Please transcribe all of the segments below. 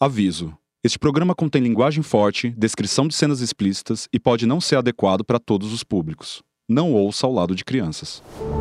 Aviso: este programa contém linguagem forte, descrição de cenas explícitas e pode não ser adequado para todos os públicos. Não ouça ao lado de crianças.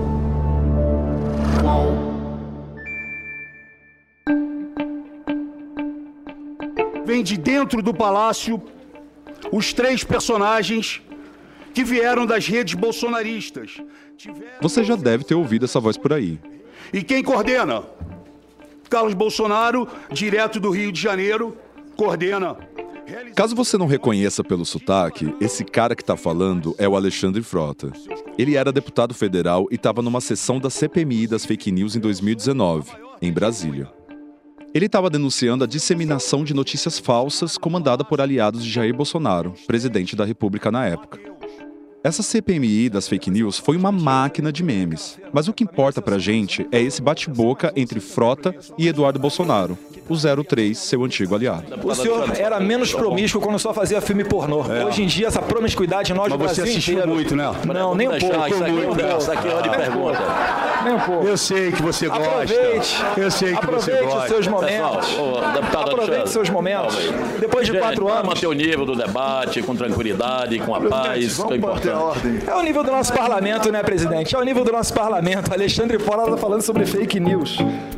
Vem de dentro do palácio os 3 personagens que vieram das redes bolsonaristas. Você já deve ter ouvido essa voz por aí. E quem coordena? Carlos Bolsonaro, direto do Rio de Janeiro, coordena. Caso você não reconheça pelo sotaque, esse cara que tá falando é o Alexandre Frota. Ele era deputado federal e estava numa sessão da CPMI das fake news em 2019, em Brasília. Ele estava denunciando a disseminação de notícias falsas comandada por aliados de Jair Bolsonaro, presidente da República na época. Essa CPMI das fake news foi uma máquina de memes. Mas o que importa pra gente é esse bate-boca entre Frota e Eduardo Bolsonaro, o 03, seu antigo aliado. O senhor era menos promíscuo quando só fazia filme pornô. Hoje em dia, essa promiscuidade nós do Brasil você assistiu inteiro... muito, né? Não, nem um pouco. Isso aqui é hora de pergunta. Nem um pouco. Eu sei que você gosta. Aproveite. Eu sei que você Aproveite gosta. os seus momentos. Pessoal, deputado Aproveite seus momentos. Depois de 4 Para anos... manter o nível do debate com tranquilidade, com a paz, que é importante. É o nível do nosso parlamento, né, presidente? É o nível do nosso parlamento. Alexandre Frota está falando sobre fake news.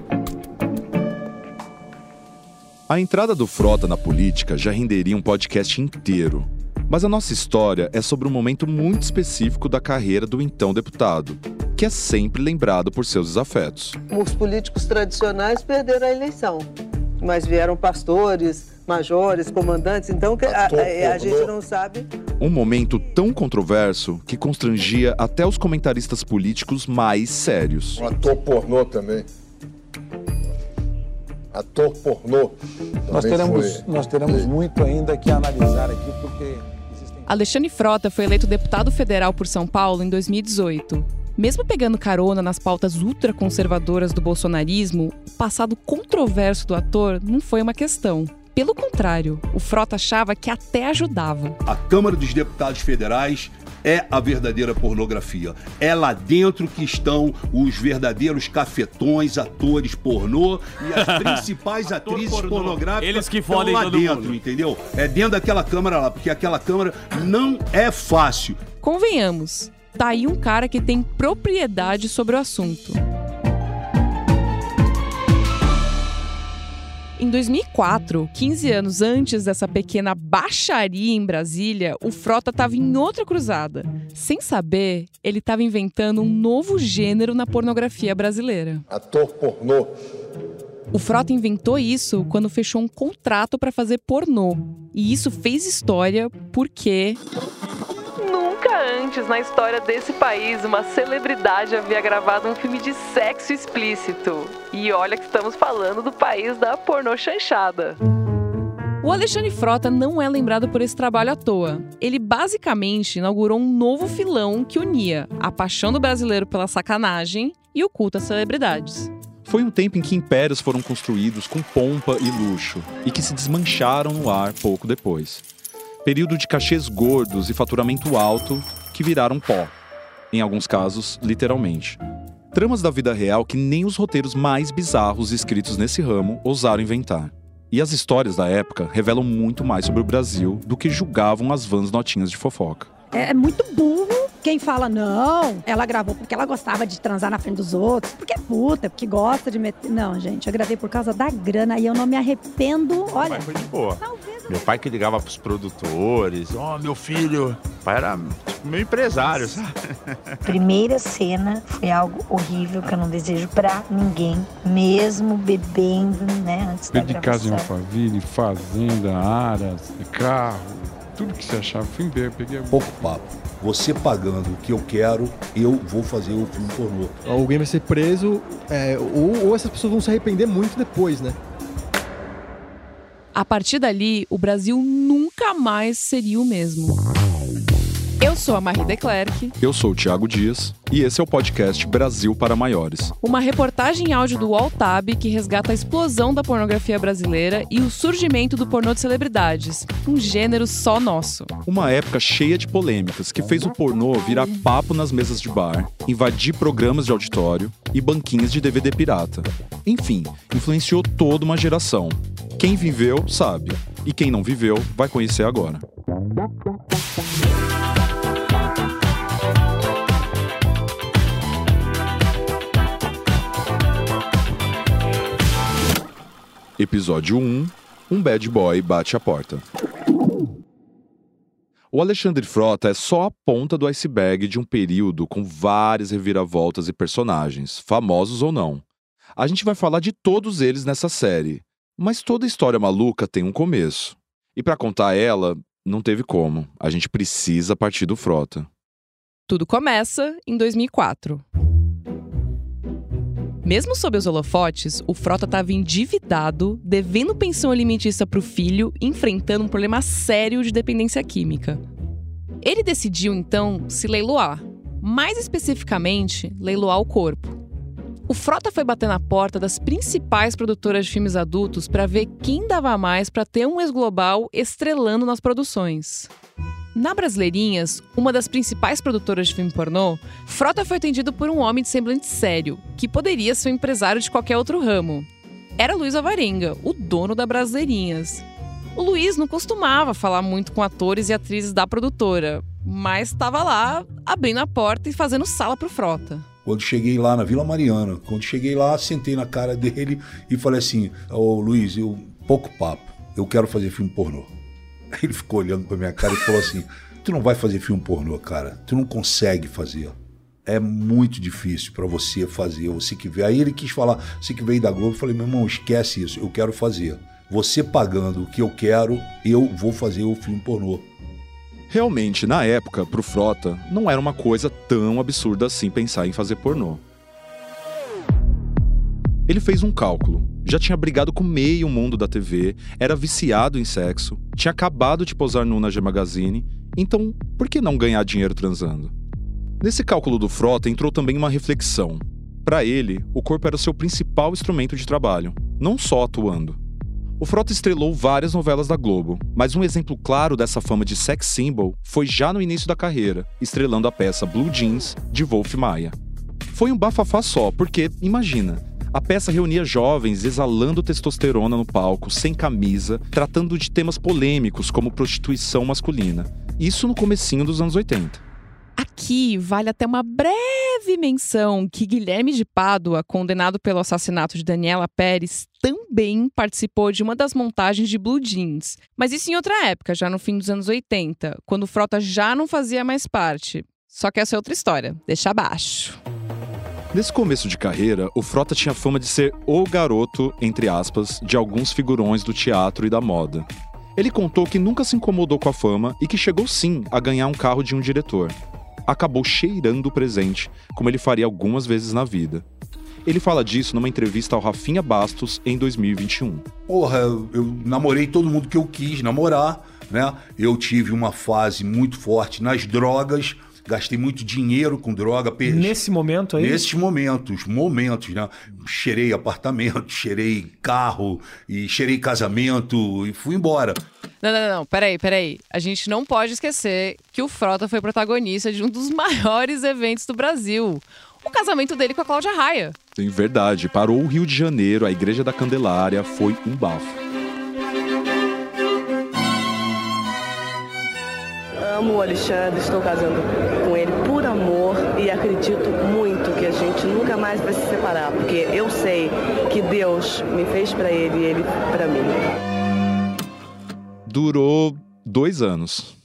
A entrada do Frota na política já renderia um podcast inteiro. Mas a nossa história é sobre um momento muito específico da carreira do então deputado, que é sempre lembrado por seus desafetos. Os políticos tradicionais perderam a eleição, mas vieram pastores, majores, comandantes, então a gente não sabe. Um momento tão controverso que constrangia até os comentaristas políticos mais sérios. Um ator pornô também. Ator pornô. Nós teremos muito ainda que analisar aqui, porque... Alexandre Frota foi eleito deputado federal por São Paulo em 2018. Mesmo pegando carona nas pautas ultraconservadoras do bolsonarismo, o passado controverso do ator não foi uma questão. Pelo contrário, o Frota achava que até ajudava. A Câmara dos Deputados Federais é a verdadeira pornografia. É lá dentro que estão os verdadeiros cafetões, atores pornô e as principais atrizes pornográficas. Eles que estão fodem lá todo dentro, mundo. entendeu? É dentro daquela Câmara lá, porque aquela Câmara não é fácil. Convenhamos, tá aí um cara que tem propriedade sobre o assunto. Em 2004, 15 anos antes dessa pequena baixaria em Brasília, o Frota estava em outra cruzada. Sem saber, ele estava inventando um novo gênero na pornografia brasileira. Ator pornô. O Frota inventou isso quando fechou um contrato para fazer pornô. E isso fez história porque... Nunca antes na história desse país uma celebridade havia gravado um filme de sexo explícito. E olha que estamos falando do país da pornô chanchada. O Alexandre Frota não é lembrado por esse trabalho à toa. Ele basicamente inaugurou um novo filão que unia a paixão do brasileiro pela sacanagem e o culto às celebridades. Foi um tempo em que impérios foram construídos com pompa e luxo e que se desmancharam no ar pouco depois. Período de cachês gordos e faturamento alto que viraram pó. Em alguns casos, literalmente. Tramas da vida real que nem os roteiros mais bizarros escritos nesse ramo ousaram inventar. E as histórias da época revelam muito mais sobre o Brasil do que julgavam as vãs notinhas de fofoca. É muito burro quem fala, não, ela gravou porque ela gostava de transar na frente dos outros, porque é puta, porque gosta de meter... Não, gente, eu gravei por causa da grana e eu não me arrependo, olha... Mas foi de boa. Meu pai que ligava pros produtores, meu filho... O pai era tipo, meio empresário, sabe? Primeira cena foi algo horrível que eu não desejo pra ninguém, mesmo bebendo, né, antes da gravação. De casa em Alphaville, fazenda, aras, carro, tudo que você achava. Fui ver, peguei... Pouco papo. Você pagando o que eu quero, eu vou fazer o filme pornô. Alguém vai ser preso, ou essas pessoas vão se arrepender muito depois, né? A partir dali, o Brasil nunca mais seria o mesmo. Eu sou a Marie Declercq. Eu sou o Thiago Dias e esse é o podcast Brasil para Maiores. Uma reportagem em áudio do UOL-TAB que resgata a explosão da pornografia brasileira e o surgimento do pornô de celebridades, um gênero só nosso. Uma época cheia de polêmicas que fez o pornô virar papo nas mesas de bar, invadir programas de auditório e banquinhas de DVD pirata. Enfim, influenciou toda uma geração. Quem viveu, sabe. E quem não viveu, vai conhecer agora. Episódio 1. Um bad boy bate a porta. O Alexandre Frota é só a ponta do iceberg de um período com várias reviravoltas e personagens, famosos ou não. A gente vai falar de todos eles nessa série, mas toda história maluca tem um começo. E para contar ela, não teve como. A gente precisa partir do Frota. Tudo começa em 2004. Mesmo sob os holofotes, o Frota estava endividado, devendo pensão alimentícia para o filho e enfrentando um problema sério de dependência química. Ele decidiu, então, se leiloar. Mais especificamente, leiloar o corpo. O Frota foi bater na porta das principais produtoras de filmes adultos para ver quem dava mais para ter um ex-global estrelando nas produções. Na Brasileirinhas, uma das principais produtoras de filme pornô, Frota foi atendido por um homem de semblante sério, que poderia ser um empresário de qualquer outro ramo. Era Luiz Alvarenga, o dono da Brasileirinhas. O Luiz não costumava falar muito com atores e atrizes da produtora, mas estava lá, abrindo a porta e fazendo sala pro Frota. Quando cheguei lá na Vila Mariana, sentei na cara dele e falei assim: ô Luiz, pouco papo, eu quero fazer filme pornô. Ele ficou olhando pra minha cara e falou assim: tu não vai fazer filme pornô, cara, tu não consegue fazer. É muito difícil pra você fazer, você que veio. Aí ele quis falar, você que veio da Globo, eu falei: meu irmão, esquece isso, eu quero fazer. Você pagando o que eu quero, eu vou fazer o filme pornô. Realmente, na época, pro Frota, não era uma coisa tão absurda assim pensar em fazer pornô. Ele fez um cálculo. Já tinha brigado com meio mundo da TV, era viciado em sexo, tinha acabado de posar nu na G Magazine, então por que não ganhar dinheiro transando? Nesse cálculo do Frota entrou também uma reflexão. Para ele, o corpo era o seu principal instrumento de trabalho, não só atuando. O Frota estrelou várias novelas da Globo, mas um exemplo claro dessa fama de sex symbol foi já no início da carreira, estrelando a peça Blue Jeans, de Wolf Maia. Foi um bafafá só, porque, imagina, a peça reunia jovens exalando testosterona no palco, sem camisa, tratando de temas polêmicos como prostituição masculina. Isso no comecinho dos anos 80. Aqui vale até uma breve menção que Guilherme de Pádua, condenado pelo assassinato de Daniela Pérez, também participou de uma das montagens de Blue Jeans. Mas isso em outra época, já no fim dos anos 80, quando o Frota já não fazia mais parte. Só que essa é outra história, deixa abaixo. Nesse começo de carreira, o Frota tinha fama de ser o garoto, entre aspas, de alguns figurões do teatro e da moda. Ele contou que nunca se incomodou com a fama e que chegou sim a ganhar um carro de um diretor. Acabou cheirando o presente, como ele faria algumas vezes na vida. Ele fala disso numa entrevista ao Rafinha Bastos em 2021. Porra, eu namorei todo mundo que eu quis namorar, né? Eu tive uma fase muito forte nas drogas, gastei muito dinheiro com droga. Nesse momento aí? Nesses momentos, né? Cheirei apartamento, cheirei carro, e cheirei casamento e fui embora. Não, peraí. A gente não pode esquecer que o Frota foi protagonista de um dos maiores eventos do Brasil. O casamento dele com a Cláudia Raia. Sim, verdade. Parou o Rio de Janeiro, a Igreja da Candelária, foi um bafo. Amo o Alexandre, estou casando com ele por amor e acredito muito que a gente nunca mais vai se separar, porque eu sei que Deus me fez para ele e ele para mim. Durou 2 anos.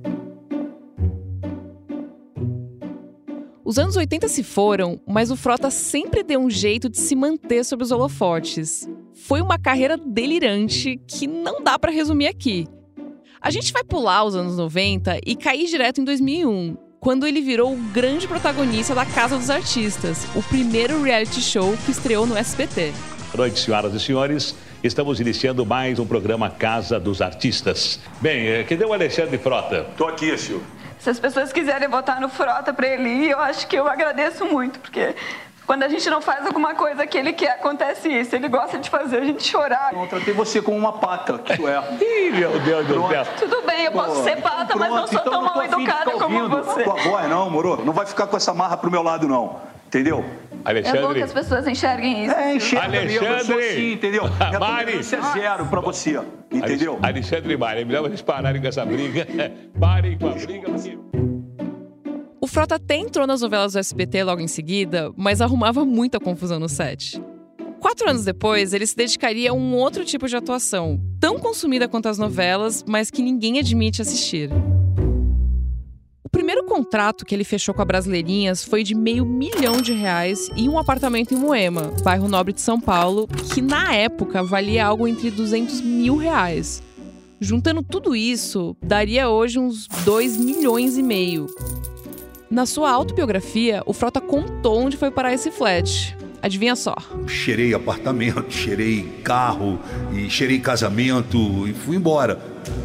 Os anos 80 se foram, mas o Frota sempre deu um jeito de se manter sob os holofotes. Foi uma carreira delirante que não dá para resumir aqui. A gente vai pular os anos 90 e cair direto em 2001, quando ele virou o grande protagonista da Casa dos Artistas, o primeiro reality show que estreou no SBT. Boa noite, senhoras e senhores. Estamos iniciando mais um programa Casa dos Artistas. Bem, cadê o Alexandre Frota? Tô aqui, Silvio. Se as pessoas quiserem votar no Frota para ele ir, eu acho que eu agradeço muito, porque quando a gente não faz alguma coisa que ele quer, acontece isso. Ele gosta de fazer a gente chorar. Eu tratei você como uma pata, que tu é. Ih, meu Deus do céu. Tudo bem, eu posso ser pata, mas não sou tão mal educada como você. Tua voz não, moro? Não vai ficar com essa marra pro meu lado, não. Entendeu? Alexandre. É bom que as pessoas enxerguem isso. Enxerga mesmo, eu sou Alexandre. assim, entendeu? A Mari. tolerância é zero pra você, entendeu? Alexandre e Mari, é melhor vocês pararem com essa briga. Parem com a briga, porque... O Frota até entrou nas novelas do SBT logo em seguida, mas arrumava muita confusão no set. 4 anos depois, ele se dedicaria a um outro tipo de atuação, tão consumida quanto as novelas, mas que ninguém admite assistir. O primeiro contrato que ele fechou com a Brasileirinhas foi de R$500 mil e um apartamento em Moema, bairro nobre de São Paulo, que na época valia algo entre R$200 mil. Juntando tudo isso, daria hoje uns R$2,5 milhões. Na sua autobiografia, o Frota contou onde foi parar esse flat. Adivinha só. Cheirei apartamento, cheirei carro, e cheirei casamento e fui embora.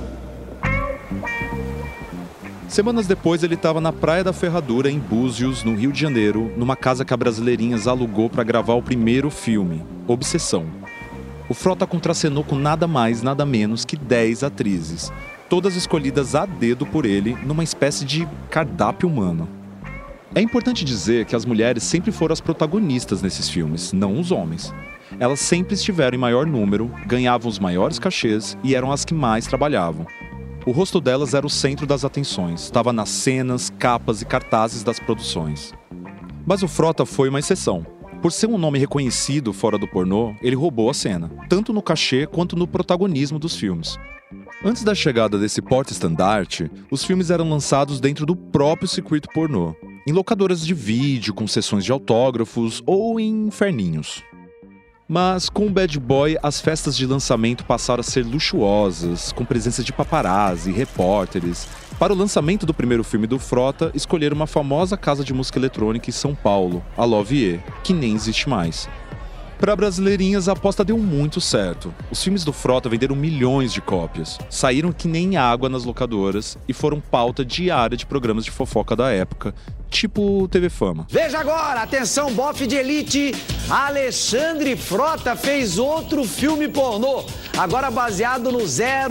Semanas depois, ele estava na Praia da Ferradura, em Búzios, no Rio de Janeiro, numa casa que a Brasileirinhas alugou para gravar o primeiro filme, Obsessão. O Frota contracenou com nada mais, nada menos que 10 atrizes, todas escolhidas a dedo por ele numa espécie de cardápio humano. É importante dizer que as mulheres sempre foram as protagonistas nesses filmes, não os homens. Elas sempre estiveram em maior número, ganhavam os maiores cachês e eram as que mais trabalhavam. O rosto delas era o centro das atenções, estava nas cenas, capas e cartazes das produções. Mas o Frota foi uma exceção. Por ser um nome reconhecido fora do pornô, ele roubou a cena, tanto no cachê quanto no protagonismo dos filmes. Antes da chegada desse porte-estandarte, os filmes eram lançados dentro do próprio circuito pornô, em locadoras de vídeo, com sessões de autógrafos ou em inferninhos. Mas com o Bad Boy, as festas de lançamento passaram a ser luxuosas, com presença de paparazzi e repórteres. Para o lançamento do primeiro filme do Frota, escolheram uma famosa casa de música eletrônica em São Paulo, a Love, que nem existe mais. Para Brasileirinhas, a aposta deu muito certo. Os filmes do Frota venderam milhões de cópias, saíram que nem água nas locadoras e foram pauta diária de programas de fofoca da época, tipo TV Fama. Veja agora, atenção, bofe de elite, Alexandre Frota fez outro filme pornô, agora baseado no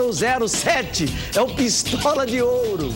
007, é o Pistola de Ouro.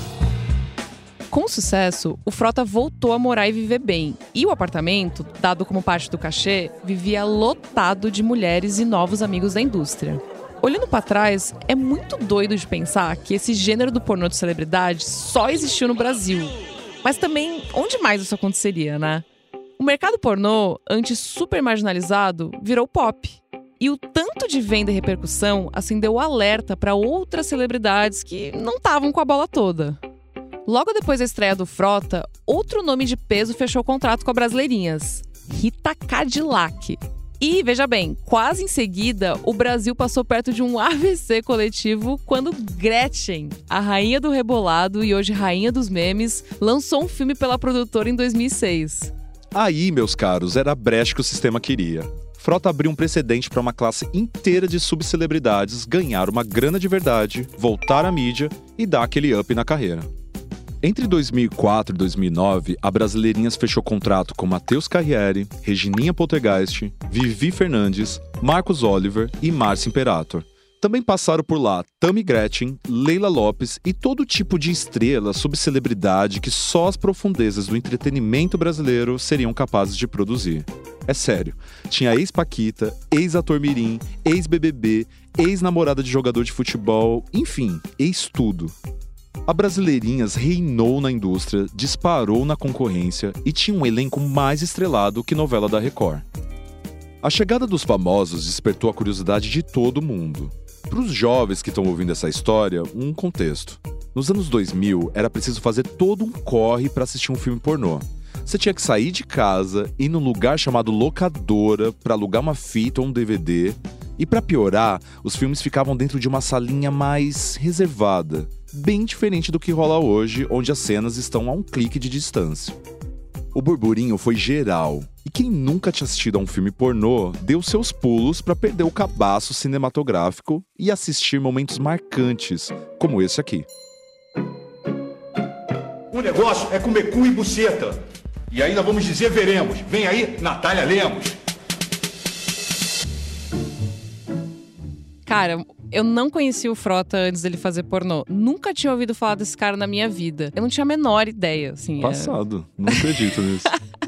Com sucesso, o Frota voltou a morar e viver bem. E o apartamento, dado como parte do cachê, vivia lotado de mulheres e novos amigos da indústria. Olhando pra trás, é muito doido de pensar que esse gênero do pornô de celebridade só existiu no Brasil. Mas também, onde mais isso aconteceria, né? O mercado pornô, antes super marginalizado, virou pop. E o tanto de venda e repercussão acendeu o alerta para outras celebridades que não estavam com a bola toda. Logo depois da estreia do Frota, outro nome de peso fechou o contrato com a Brasileirinhas, Rita Cadillac. E, veja bem, quase em seguida, o Brasil passou perto de um AVC coletivo quando Gretchen, a rainha do rebolado e hoje rainha dos memes, lançou um filme pela produtora em 2006. Aí, meus caros, era a brecha que o sistema queria. Frota abriu um precedente para uma classe inteira de subcelebridades ganhar uma grana de verdade, voltar à mídia e dar aquele up na carreira. Entre 2004 e 2009, a Brasileirinhas fechou contrato com Matheus Carriere, Regininha Poltergeist, Vivi Fernandes, Marcos Oliver e Márcia Imperator. Também passaram por lá Tammy Gretchen, Leila Lopes e todo tipo de estrela subcelebridade que só as profundezas do entretenimento brasileiro seriam capazes de produzir. É sério, tinha ex-Paquita, ex-ator mirim, ex-BBB, ex-namorada de jogador de futebol, enfim, ex-tudo. A Brasileirinhas reinou na indústria, disparou na concorrência e tinha um elenco mais estrelado que novela da Record. A chegada dos famosos despertou a curiosidade de todo mundo. Para os jovens que estão ouvindo essa história, um contexto. Nos anos 2000, era preciso fazer todo um corre para assistir um filme pornô. Você tinha que sair de casa, ir num lugar chamado locadora para alugar uma fita ou um DVD. E para piorar, os filmes ficavam dentro de uma salinha mais reservada, bem diferente do que rola hoje, onde as cenas estão a um clique de distância. O burburinho foi geral, e quem nunca tinha assistido a um filme pornô deu seus pulos para perder o cabaço cinematográfico e assistir momentos marcantes, como esse aqui. O negócio é comer cu e buceta. E ainda vamos dizer veremos. Vem aí, Natália Lemos. Cara, eu não conhecia o Frota antes dele fazer pornô. Nunca tinha ouvido falar desse cara na minha vida. Eu não tinha a menor ideia, assim. Passado. Não acredito nisso.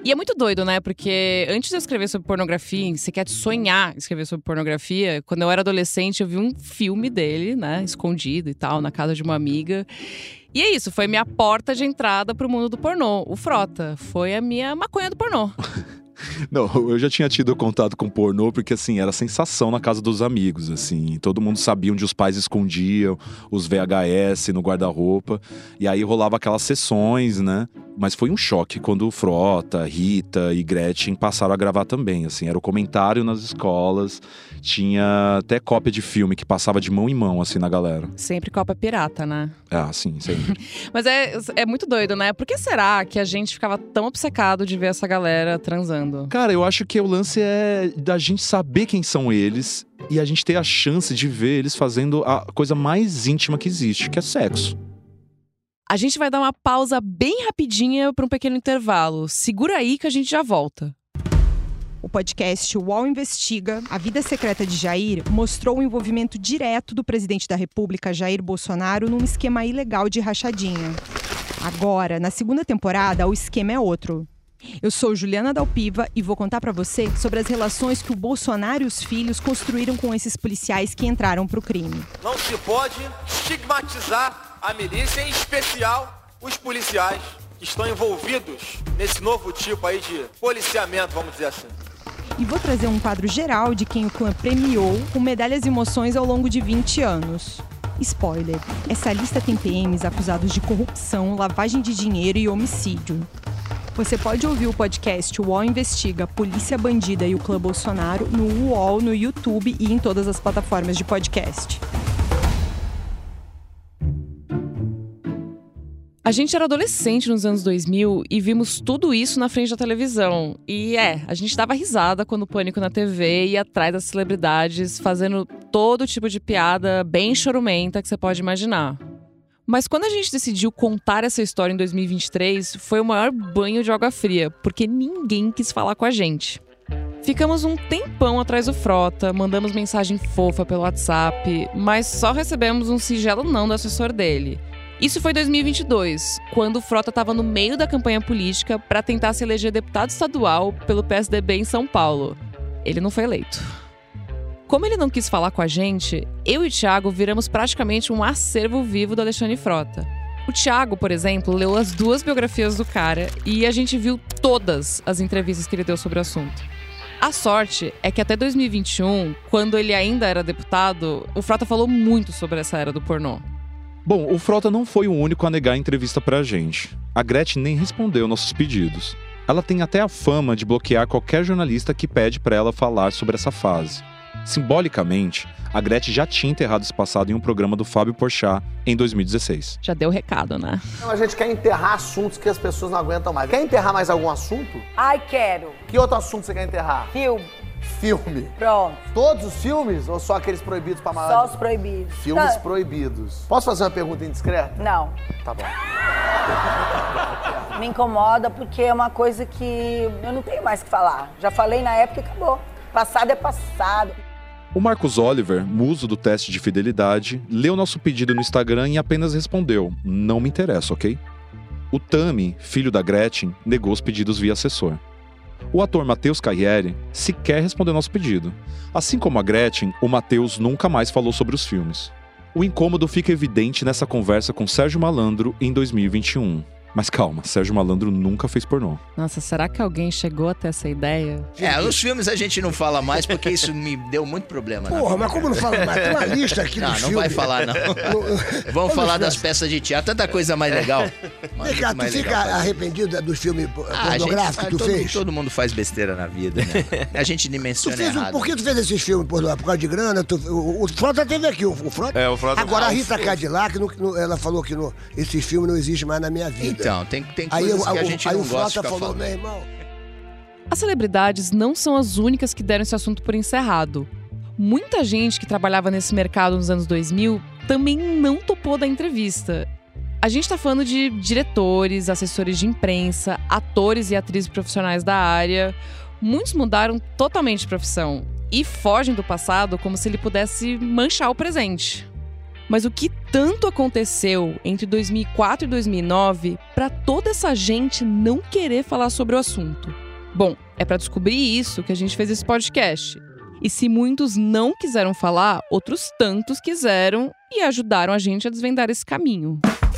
E é muito doido, né? Porque antes de eu escrever sobre pornografia, você quer sonhar escrever sobre pornografia, quando eu era adolescente eu vi um filme dele, né? Escondido e tal, na casa de uma amiga. E é isso, foi minha porta de entrada pro mundo do pornô. O Frota foi a minha maconha do pornô. Não, eu já tinha tido contato com pornô porque, assim, era sensação na casa dos amigos, assim. Todo mundo sabia onde os pais escondiam os VHS no guarda-roupa. E aí rolava aquelas sessões, né? Mas foi um choque quando Frota, Rita e Gretchen passaram a gravar também, assim. Era o comentário nas escolas, tinha até cópia de filme que passava de mão em mão, assim, na galera. Sempre cópia pirata, né? Ah, sim, sempre. Mas é muito doido, né? Por que será que a gente ficava tão obcecado de ver essa galera transando? Cara, eu acho que o lance é da gente saber quem são eles e a gente ter a chance de ver eles fazendo a coisa mais íntima que existe, que é sexo. A gente vai dar uma pausa bem rapidinha para um pequeno intervalo. Segura aí que a gente já volta. O podcast UOL Investiga, A Vida Secreta de Jair, mostrou o envolvimento direto do presidente da República, Jair Bolsonaro, num esquema ilegal de rachadinha. Agora, na segunda temporada, o esquema é outro. Eu sou Juliana Dalpiva e vou contar para você sobre as relações que o Bolsonaro e os filhos construíram com esses policiais que entraram pro crime. Não se pode estigmatizar a milícia, em especial os policiais que estão envolvidos nesse novo tipo aí de policiamento, vamos dizer assim. E vou trazer um quadro geral de quem o clã premiou com medalhas e emoções ao longo de 20 anos. Spoiler, essa lista tem PMs acusados de corrupção, lavagem de dinheiro e homicídio. Você pode ouvir o podcast UOL Investiga, Polícia Bandida e o Clã Bolsonaro no UOL, no YouTube e em todas as plataformas de podcast. A gente era adolescente nos anos 2000 e vimos tudo isso na frente da televisão. E a gente dava risada quando o Pânico na TV ia atrás das celebridades, fazendo todo tipo de piada bem chorumenta que você pode imaginar. Mas quando a gente decidiu contar essa história em 2023, foi o maior banho de água fria, porque ninguém quis falar com a gente. Ficamos um tempão atrás do Frota, mandamos mensagem fofa pelo WhatsApp, mas só recebemos um singelo não do assessor dele. Isso foi em 2022, quando o Frota estava no meio da campanha política para tentar se eleger deputado estadual pelo PSDB em São Paulo. Ele não foi eleito. Como ele não quis falar com a gente, eu e o Thiago viramos praticamente um acervo vivo do Alexandre Frota. O Thiago, por exemplo, leu as 2 biografias do cara e a gente viu todas as entrevistas que ele deu sobre o assunto. A sorte é que até 2021, quando ele ainda era deputado, o Frota falou muito sobre essa era do pornô. Bom, o Frota não foi o único a negar a entrevista pra gente. A Gretchen nem respondeu nossos pedidos. Ela tem até a fama de bloquear qualquer jornalista que pede pra ela falar sobre essa fase. Simbolicamente, a Gretchen já tinha enterrado esse passado em um programa do Fábio Porchat em 2016. Já deu recado, né? A gente quer enterrar assuntos que as pessoas não aguentam mais. Quer enterrar mais algum assunto? Ai, quero. Que outro assunto você quer enterrar? Filme. Pronto. Todos os filmes ou só aqueles proibidos pra maior? Só os proibidos. Filmes proibidos. Posso fazer uma pergunta indiscreta? Não. Tá bom. Me incomoda porque é uma coisa que eu não tenho mais o que falar. Já falei na época e acabou. Passado é passado. O Marcos Oliver, muso do teste de fidelidade, leu nosso pedido no Instagram e apenas respondeu: "Não me interessa, ok?" O Tami, filho da Gretchen, negou os pedidos via assessor. O ator Matheus Carriere sequer respondeu nosso pedido. Assim como a Gretchen, o Matheus nunca mais falou sobre os filmes. O incômodo fica evidente nessa conversa com Sérgio Malandro em 2021. Mas calma, Sérgio Malandro nunca fez pornô. Nossa, será que alguém chegou até essa ideia? Os filmes a gente não fala mais porque isso me deu muito problema. Porra, mas como não fala mais? Tem uma lista aqui dos filmes. Não vai falar, não. Vamos falar das peças de teatro, tanta coisa mais legal. Vem cá, tu fica arrependido dos filmes pornográficos que tu fez? Todo mundo faz besteira na vida, né? A gente dimensiona errado. Por que tu fez esses filmes pornográficos? Por causa de grana? O Frota teve aqui, o Frota. O Frota. Agora a Rita Cadillac, ela falou que esses filmes não existem mais na minha vida. Então, tem coisas que a gente não gosta de ficar falando. Meu irmão. As celebridades não são as únicas que deram esse assunto por encerrado. Muita gente que trabalhava nesse mercado nos anos 2000 também não topou da entrevista. A gente tá falando de diretores, assessores de imprensa, atores e atrizes profissionais da área. Muitos mudaram totalmente de profissão e fogem do passado como se ele pudesse manchar o presente. Mas o que tanto aconteceu entre 2004 e 2009 para toda essa gente não querer falar sobre o assunto? Bom, é para descobrir isso que a gente fez esse podcast. E se muitos não quiseram falar, outros tantos quiseram e ajudaram a gente a desvendar esse caminho.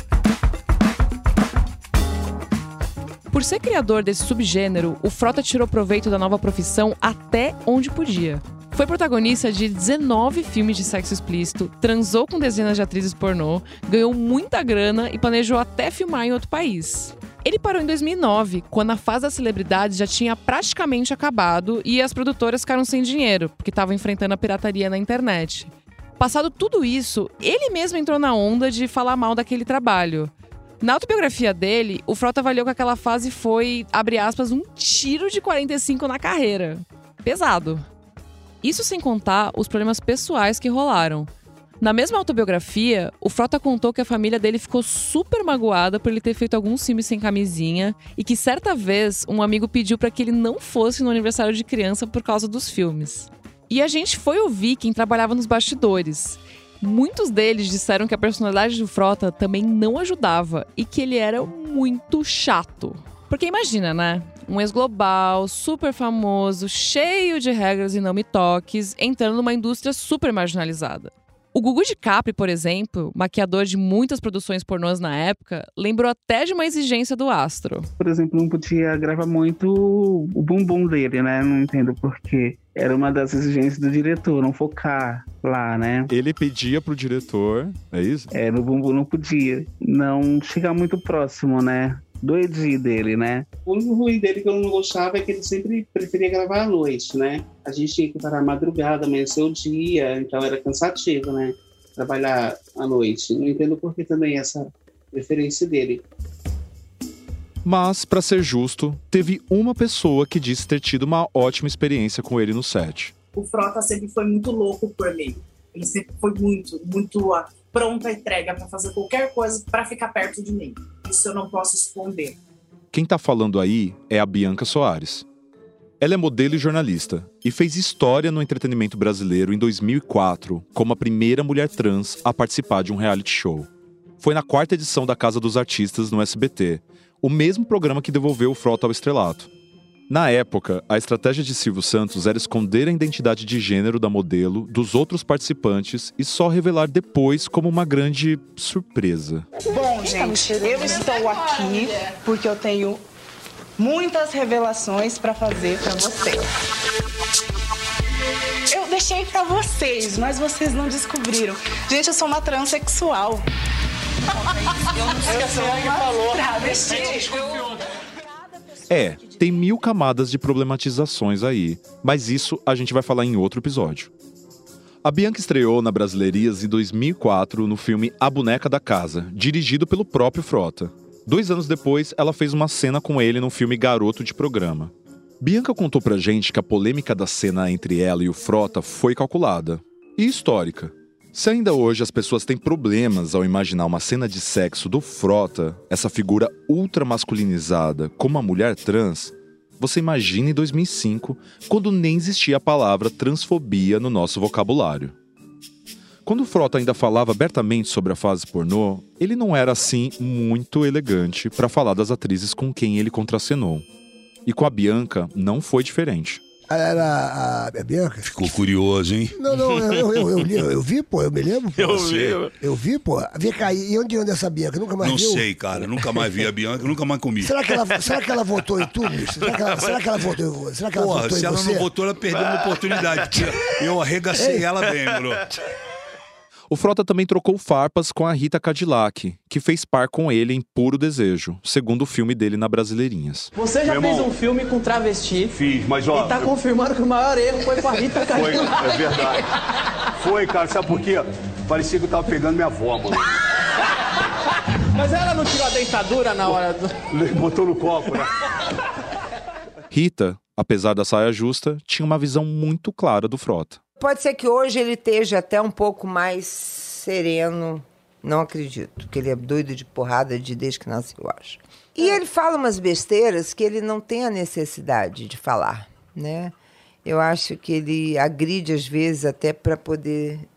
Por ser criador desse subgênero, o Frota tirou proveito da nova profissão até onde podia. Foi protagonista de 19 filmes de sexo explícito, transou com dezenas de atrizes pornô, ganhou muita grana e planejou até filmar em outro país. Ele parou em 2009, quando a fase das celebridades já tinha praticamente acabado e as produtoras ficaram sem dinheiro, porque estavam enfrentando a pirataria na internet. Passado tudo isso, ele mesmo entrou na onda de falar mal daquele trabalho. Na autobiografia dele, o Frota avaliou que aquela fase foi, abre aspas, um tiro de 45 na carreira. Pesado. Isso sem contar os problemas pessoais que rolaram. Na mesma autobiografia, o Frota contou que a família dele ficou super magoada por ele ter feito alguns filmes sem camisinha e que certa vez um amigo pediu para que ele não fosse no aniversário de criança por causa dos filmes. E a gente foi ouvir quem trabalhava nos bastidores. Muitos deles disseram que a personalidade do Frota também não ajudava e que ele era muito chato. Porque imagina, né? Um ex-global, super famoso, cheio de regras e não me toques, entrando numa indústria super marginalizada. O Gugu de Capri, por exemplo, maquiador de muitas produções pornôs na época, lembrou até de uma exigência do astro. Por exemplo, não podia gravar muito o bumbum dele, né? Não entendo por quê. Era uma das exigências do diretor, não focar lá, né? Ele pedia pro diretor, é isso? No bumbum não podia. Não chegar muito próximo, né? Do Edi dele, né? O único ruim dele que eu não gostava é que ele sempre preferia gravar à noite, né? A gente tinha que parar à madrugada, amanhecer o dia, então era cansativo, né? Trabalhar à noite. Não entendo por que também essa preferência dele. Mas, pra ser justo, teve uma pessoa que disse ter tido uma ótima experiência com ele no set. O Frota sempre foi muito louco por mim. Ele sempre foi muito pronta e entrega para fazer qualquer coisa para ficar perto de mim. Isso eu não posso esconder. Quem tá falando aí é a Bianca Soares. Ela é modelo e jornalista e fez história no entretenimento brasileiro em 2004 como a primeira mulher trans a participar de um reality show. Foi na 4ª edição da Casa dos Artistas no SBT, o mesmo programa que devolveu o Frota ao estrelato. Na época, a estratégia de Silvio Santos era esconder a identidade de gênero da modelo dos outros participantes e só revelar depois como uma grande surpresa. Bom, gente, eu estou aqui porque eu tenho muitas revelações para fazer para vocês. Eu deixei para vocês, mas vocês não descobriram. Gente, eu sou uma transexual. Eu sou uma travesti. Tem 1000 camadas de problematizações aí, mas isso a gente vai falar em outro episódio. A Bianca estreou na Brasileirias em 2004 no filme A Boneca da Casa, dirigido pelo próprio Frota. 2 anos depois, ela fez uma cena com ele no filme Garoto de Programa. Bianca contou pra gente que a polêmica da cena entre ela e o Frota foi calculada e histórica. Se ainda hoje as pessoas têm problemas ao imaginar uma cena de sexo do Frota, essa figura ultramasculinizada, como uma mulher trans, você imagina em 2005, quando nem existia a palavra transfobia no nosso vocabulário. Quando o Frota ainda falava abertamente sobre a fase pornô, ele não era assim muito elegante para falar das atrizes com quem ele contracenou. E com a Bianca não foi diferente. Era a Bianca. Ficou curioso, hein? Não, eu vi, pô, eu me lembro. Pô. Eu vi, pô. Vem cá, e onde anda essa Bianca? Nunca mais viu? Não sei, cara. Nunca mais vi a Bianca, nunca mais comi. Será que ela votou em tudo? Será que ela votou? Será que ela votou em você? Se ela não votou, ela perdeu uma oportunidade. Eu arregacei ela bem, bro. O Frota também trocou farpas com a Rita Cadillac, que fez par com ele em Puro Desejo, segundo o filme dele na Brasileirinhas. Você já fez um filme com travesti. Fiz, mas ó... E tá confirmando que o maior erro foi com a Rita Cadillac. Foi, é verdade. Foi, cara, sabe por quê? Parecia que eu tava pegando minha avó, mano. Mas ela não tirou a dentadura na hora do... Botou no copo, né? Rita, apesar da saia justa, tinha uma visão muito clara do Frota. Pode ser que hoje ele esteja até um pouco mais sereno. Não acredito, que ele é doido de porrada desde que nasceu, eu acho. E ele fala umas besteiras que ele não tem a necessidade de falar, né? Eu acho que ele agride às vezes até para poder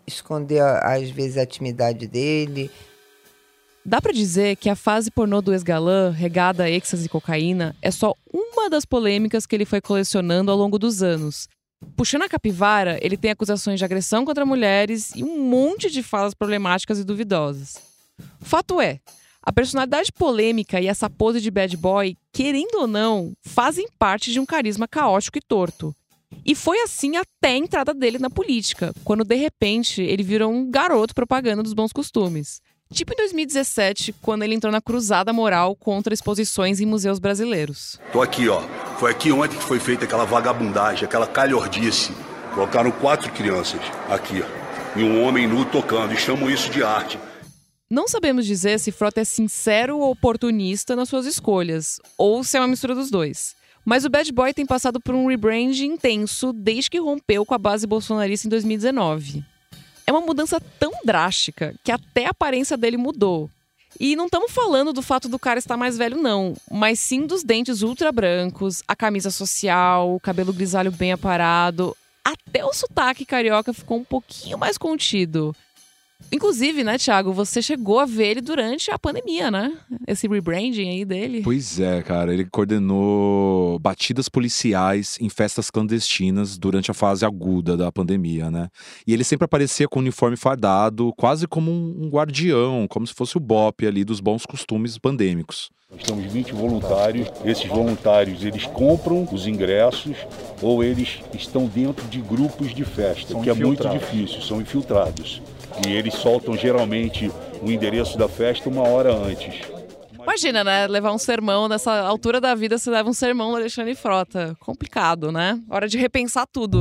esconder, às vezes, a timidez dele. Dá pra dizer que a fase pornô do ex-galã, regada a êxtase e cocaína, é só uma das polêmicas que ele foi colecionando ao longo dos anos. Puxando a capivara, ele tem acusações de agressão contra mulheres e um monte de falas problemáticas e duvidosas. Fato é, a personalidade polêmica e essa pose de bad boy, querendo ou não, fazem parte de um carisma caótico e torto. E foi assim até a entrada dele na política, quando de repente ele virou um garoto propaganda dos bons costumes. Tipo em 2017, quando ele entrou na cruzada moral contra exposições em museus brasileiros. Tô aqui, ó. Foi aqui ontem que foi feita aquela vagabundagem, aquela calhordice. Colocaram 4 crianças aqui, ó, e um homem nu tocando, e chamam isso de arte. Não sabemos dizer se Frota é sincero ou oportunista nas suas escolhas, ou se é uma mistura dos dois. Mas o Bad Boy tem passado por um rebrand intenso desde que rompeu com a base bolsonarista em 2019. É uma mudança tão drástica que até a aparência dele mudou. E não estamos falando do fato do cara estar mais velho, não. Mas sim dos dentes ultra brancos, a camisa social, o cabelo grisalho bem aparado. Até o sotaque carioca ficou um pouquinho mais contido. Inclusive, né, Thiago, você chegou a ver ele durante a pandemia, né? Esse rebranding aí dele. Pois é, cara. Ele coordenou batidas policiais em festas clandestinas durante a fase aguda da pandemia, né? E ele sempre aparecia com o uniforme fardado, quase como um guardião, como se fosse o BOPE ali dos bons costumes pandêmicos. Nós temos 20 voluntários. Esses voluntários, eles compram os ingressos ou eles estão dentro de grupos de festa, que é muito difícil, são infiltrados. E eles soltam geralmente o endereço da festa 1 hora antes. Imagina, né? Levar um sermão nessa altura da vida, você leva um sermão do Alexandre Frota. Complicado, né? Hora de repensar tudo.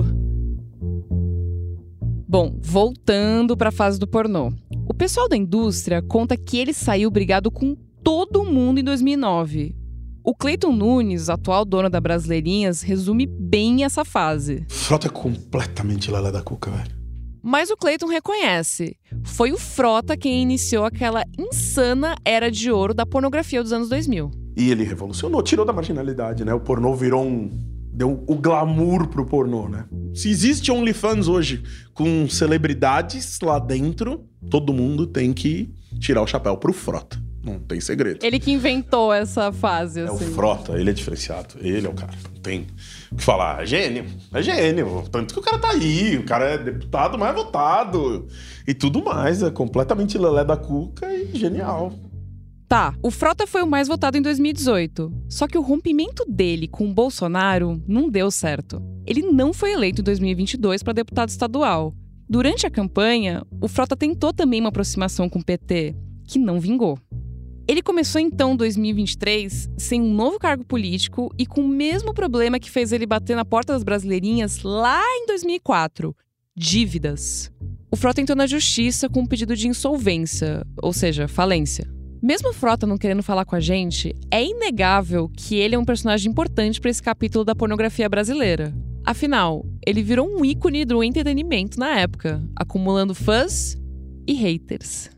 Bom, voltando para a fase do pornô. O pessoal da indústria conta que ele saiu brigado com todo mundo em 2009. O Cleiton Nunes, atual dono da Brasileirinhas, resume bem essa fase. Frota é completamente lelé da cuca, velho. Mas o Cleiton reconhece. Foi o Frota quem iniciou aquela insana era de ouro da pornografia dos anos 2000. E ele revolucionou, tirou da marginalidade, né? O pornô virou deu o glamour pro pornô, né? Se existe OnlyFans hoje com celebridades lá dentro, todo mundo tem que tirar o chapéu pro Frota. Não tem segredo. Ele que inventou essa fase, assim. É o Frota, ele é diferenciado. Ele é o cara. Não tem o que falar. É gênio. Tanto que o cara tá aí. O cara é deputado mais votado. E tudo mais. É completamente lelé da cuca e genial. Tá, o Frota foi o mais votado em 2018. Só que o rompimento dele com o Bolsonaro não deu certo. Ele não foi eleito em 2022 para deputado estadual. Durante a campanha, o Frota tentou também uma aproximação com o PT, que não vingou. Ele começou então 2023 sem um novo cargo político e com o mesmo problema que fez ele bater na porta das Brasileirinhas lá em 2004: dívidas. O Frota entrou na justiça com um pedido de insolvência, ou seja, falência. Mesmo o Frota não querendo falar com a gente, é inegável que ele é um personagem importante para esse capítulo da pornografia brasileira. Afinal, ele virou um ícone do entretenimento na época, acumulando fãs e haters.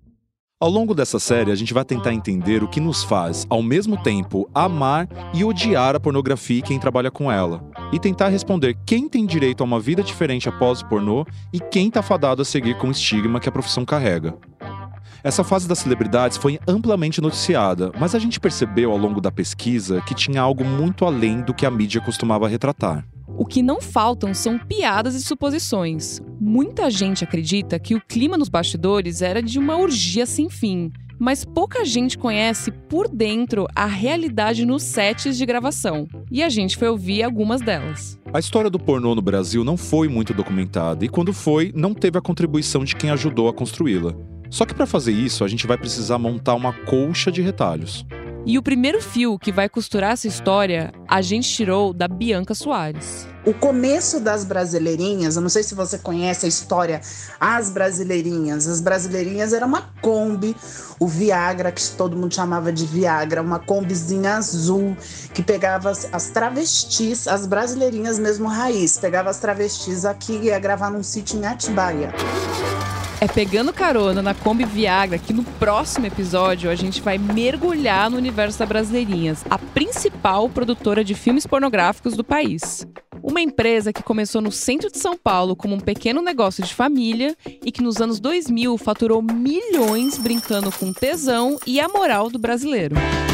Ao longo dessa série, a gente vai tentar entender o que nos faz, ao mesmo tempo, amar e odiar a pornografia e quem trabalha com ela. E tentar responder quem tem direito a uma vida diferente após o pornô e quem tá fadado a seguir com o estigma que a profissão carrega. Essa fase das celebridades foi amplamente noticiada, mas a gente percebeu ao longo da pesquisa que tinha algo muito além do que a mídia costumava retratar. O que não faltam são piadas e suposições. Muita gente acredita que o clima nos bastidores era de uma orgia sem fim, mas pouca gente conhece por dentro a realidade nos sets de gravação. E a gente foi ouvir algumas delas. A história do pornô no Brasil não foi muito documentada e quando foi, não teve a contribuição de quem ajudou a construí-la. Só que para fazer isso, a gente vai precisar montar uma colcha de retalhos. E o primeiro fio que vai costurar essa história, a gente tirou da Bianca Soares. O começo das Brasileirinhas, eu não sei se você conhece a história, As Brasileirinhas era uma Kombi, o Viagra, que todo mundo chamava de Viagra, uma Kombizinha azul, que pegava as travestis, as brasileirinhas mesmo raiz, pegava as travestis aqui e ia gravar num sítio em Atibaia. É pegando carona na Kombi Viagra que no próximo episódio a gente vai mergulhar no universo da Brasileirinhas, a principal produtora de filmes pornográficos do país. Uma empresa que começou no centro de São Paulo como um pequeno negócio de família e que nos anos 2000 faturou milhões brincando com tesão e a moral do brasileiro.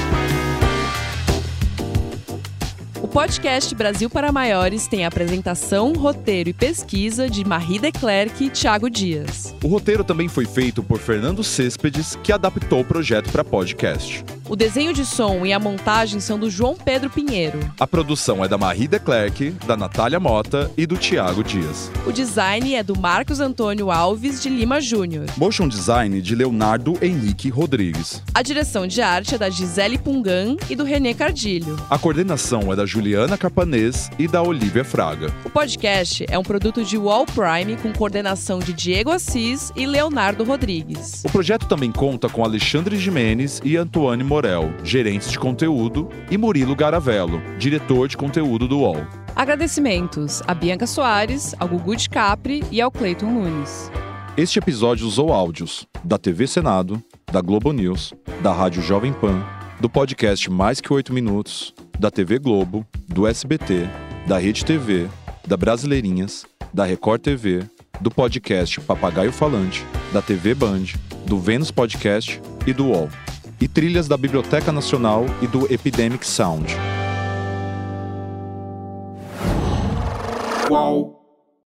O podcast Brasil para Maiores tem apresentação, roteiro e pesquisa de Marie Declercq e Thiago Dias. O roteiro também foi feito por Fernando Céspedes, que adaptou o projeto para podcast. O desenho de som e a montagem são do João Pedro Pinheiro. A produção é da Marie Declercq, da Natália Mota e do Thiago Dias. O design é do Marcos Antônio Alves de Lima Júnior. Motion design de Leonardo Henrique Rodrigues. A direção de arte é da Gisele Pungan e do René Cardilho. A coordenação é da Juliana Carpanês e da Olivia Fraga. O podcast é um produto de UOL Prime com coordenação de Diego Assis e Leonardo Rodrigues. O projeto também conta com Alexandre Jimenez e Antoine Morel, gerentes de conteúdo, e Murilo Garavello, diretor de conteúdo do UOL. Agradecimentos a Bianca Soares, ao Gugu de Capri e ao Cleiton Nunes. Este episódio usou áudios da TV Senado, da Globo News, da Rádio Jovem Pan, do podcast Mais Que 8 Minutos, da TV Globo, do SBT, da Rede TV, da Brasileirinhas, da Record TV, do podcast Papagaio Falante, da TV Band, do Vênus Podcast e do UOL. E trilhas da Biblioteca Nacional e do Epidemic Sound. UOL.